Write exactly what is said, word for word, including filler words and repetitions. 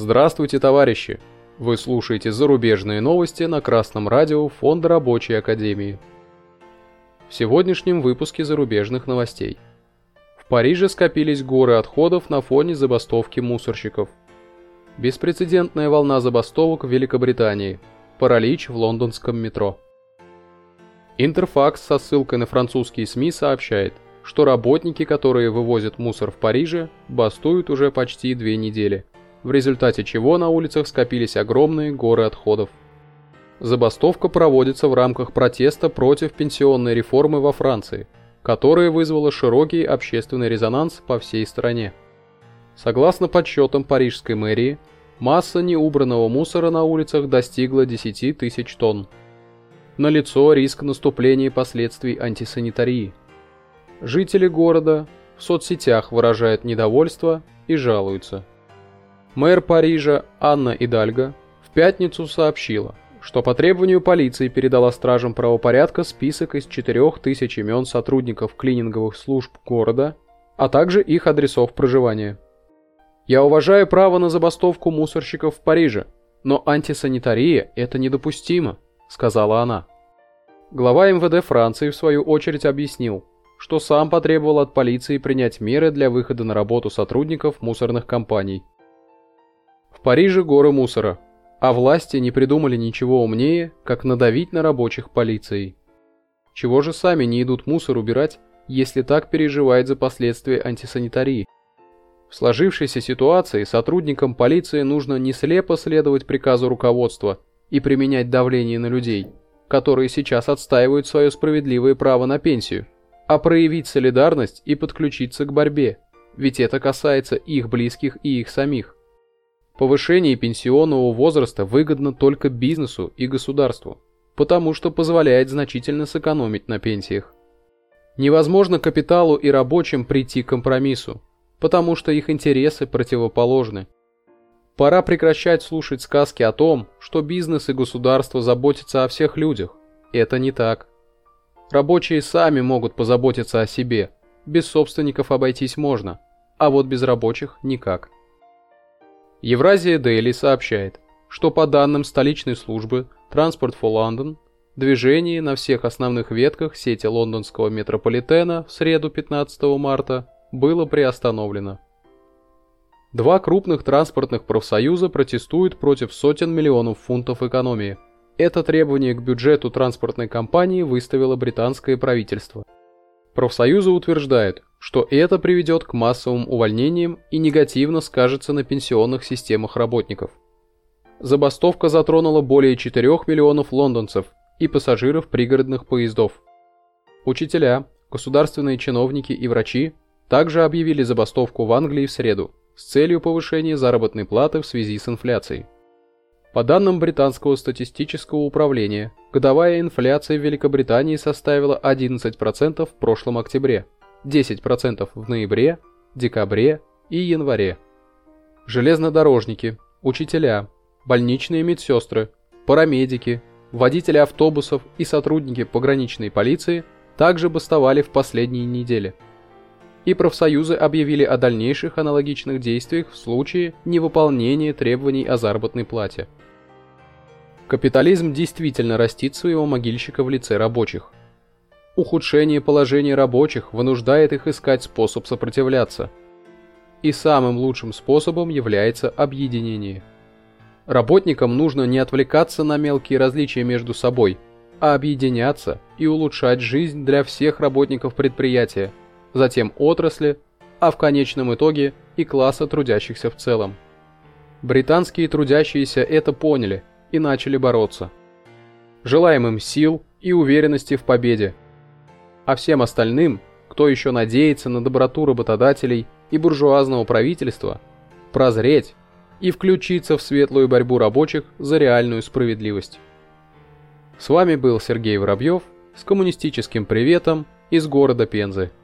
Здравствуйте, товарищи! Вы слушаете зарубежные новости на Красном радио Фонда Рабочей Академии. В сегодняшнем выпуске зарубежных новостей. В Париже скопились горы отходов на фоне забастовки мусорщиков. Беспрецедентная волна забастовок в Великобритании. Паралич в лондонском метро. Интерфакс со ссылкой на французские СМИ сообщает, что работники, которые вывозят мусор в Париже, бастуют уже почти две недели, в результате чего на улицах скопились огромные горы отходов. Забастовка проводится в рамках протеста против пенсионной реформы во Франции, которая вызвала широкий общественный резонанс по всей стране. Согласно подсчетам парижской мэрии, масса неубранного мусора на улицах достигла десять тысяч тонн. Налицо риск наступления последствий антисанитарии. Жители города в соцсетях выражают недовольство и жалуются. Мэр Парижа Анна Идальго в пятницу сообщила, что по требованию полиции передала стражам правопорядка список из четырёх тысяч имен сотрудников клининговых служб города, а также их адресов проживания. «Я уважаю право на забастовку мусорщиков в Париже, но антисанитария – это недопустимо», – сказала она. Глава эм вэ дэ Франции в свою очередь объяснил, что сам потребовал от полиции принять меры для выхода на работу сотрудников мусорных компаний. В Париже горы мусора, а власти не придумали ничего умнее, как надавить на рабочих полицией. Чего же сами не идут мусор убирать, если так переживают за последствия антисанитарии? В сложившейся ситуации сотрудникам полиции нужно не слепо следовать приказу руководства и применять давление на людей, которые сейчас отстаивают свое справедливое право на пенсию, а проявить солидарность и подключиться к борьбе, ведь это касается их близких и их самих. Повышение пенсионного возраста выгодно только бизнесу и государству, потому что позволяет значительно сэкономить на пенсиях. Невозможно капиталу и рабочим прийти к компромиссу, потому что их интересы противоположны. Пора прекращать слушать сказки о том, что бизнес и государство заботятся о всех людях. Это не так. Рабочие сами могут позаботиться о себе, без собственников обойтись можно, а вот без рабочих никак. Евразия Дейли сообщает, что по данным столичной службы Transport for London, движение на всех основных ветках сети лондонского метрополитена в среду пятнадцатого марта было приостановлено. Два крупных транспортных профсоюза протестуют против сотен миллионов фунтов экономии. Это требование к бюджету транспортной компании выставило британское правительство. Профсоюзы утверждают, что это приведет к массовым увольнениям и негативно скажется на пенсионных системах работников. Забастовка затронула более четырёх миллионов лондонцев и пассажиров пригородных поездов. Учителя, государственные чиновники и врачи также объявили забастовку в Англии в среду с целью повышения заработной платы в связи с инфляцией. По данным британского статистического управления, годовая инфляция в Великобритании составила одиннадцать процентов в прошлом октябре, десять процентов в ноябре, декабре и январе. Железнодорожники, учителя, больничные медсестры, парамедики, водители автобусов и сотрудники пограничной полиции также бастовали в последние недели. И профсоюзы объявили о дальнейших аналогичных действиях в случае невыполнения требований о заработной плате. Капитализм действительно растит своего могильщика в лице рабочих. Ухудшение положения рабочих вынуждает их искать способ сопротивляться. И самым лучшим способом является объединение. Работникам нужно не отвлекаться на мелкие различия между собой, а объединяться и улучшать жизнь для всех работников предприятия, затем отрасли, а в конечном итоге и класса трудящихся в целом. Британские трудящиеся это поняли и начали бороться. Желаем им сил и уверенности в победе. А всем остальным, кто еще надеется на доброту работодателей и буржуазного правительства, прозреть и включиться в светлую борьбу рабочих за реальную справедливость. С вами был Сергей Воробьев с коммунистическим приветом из города Пензы.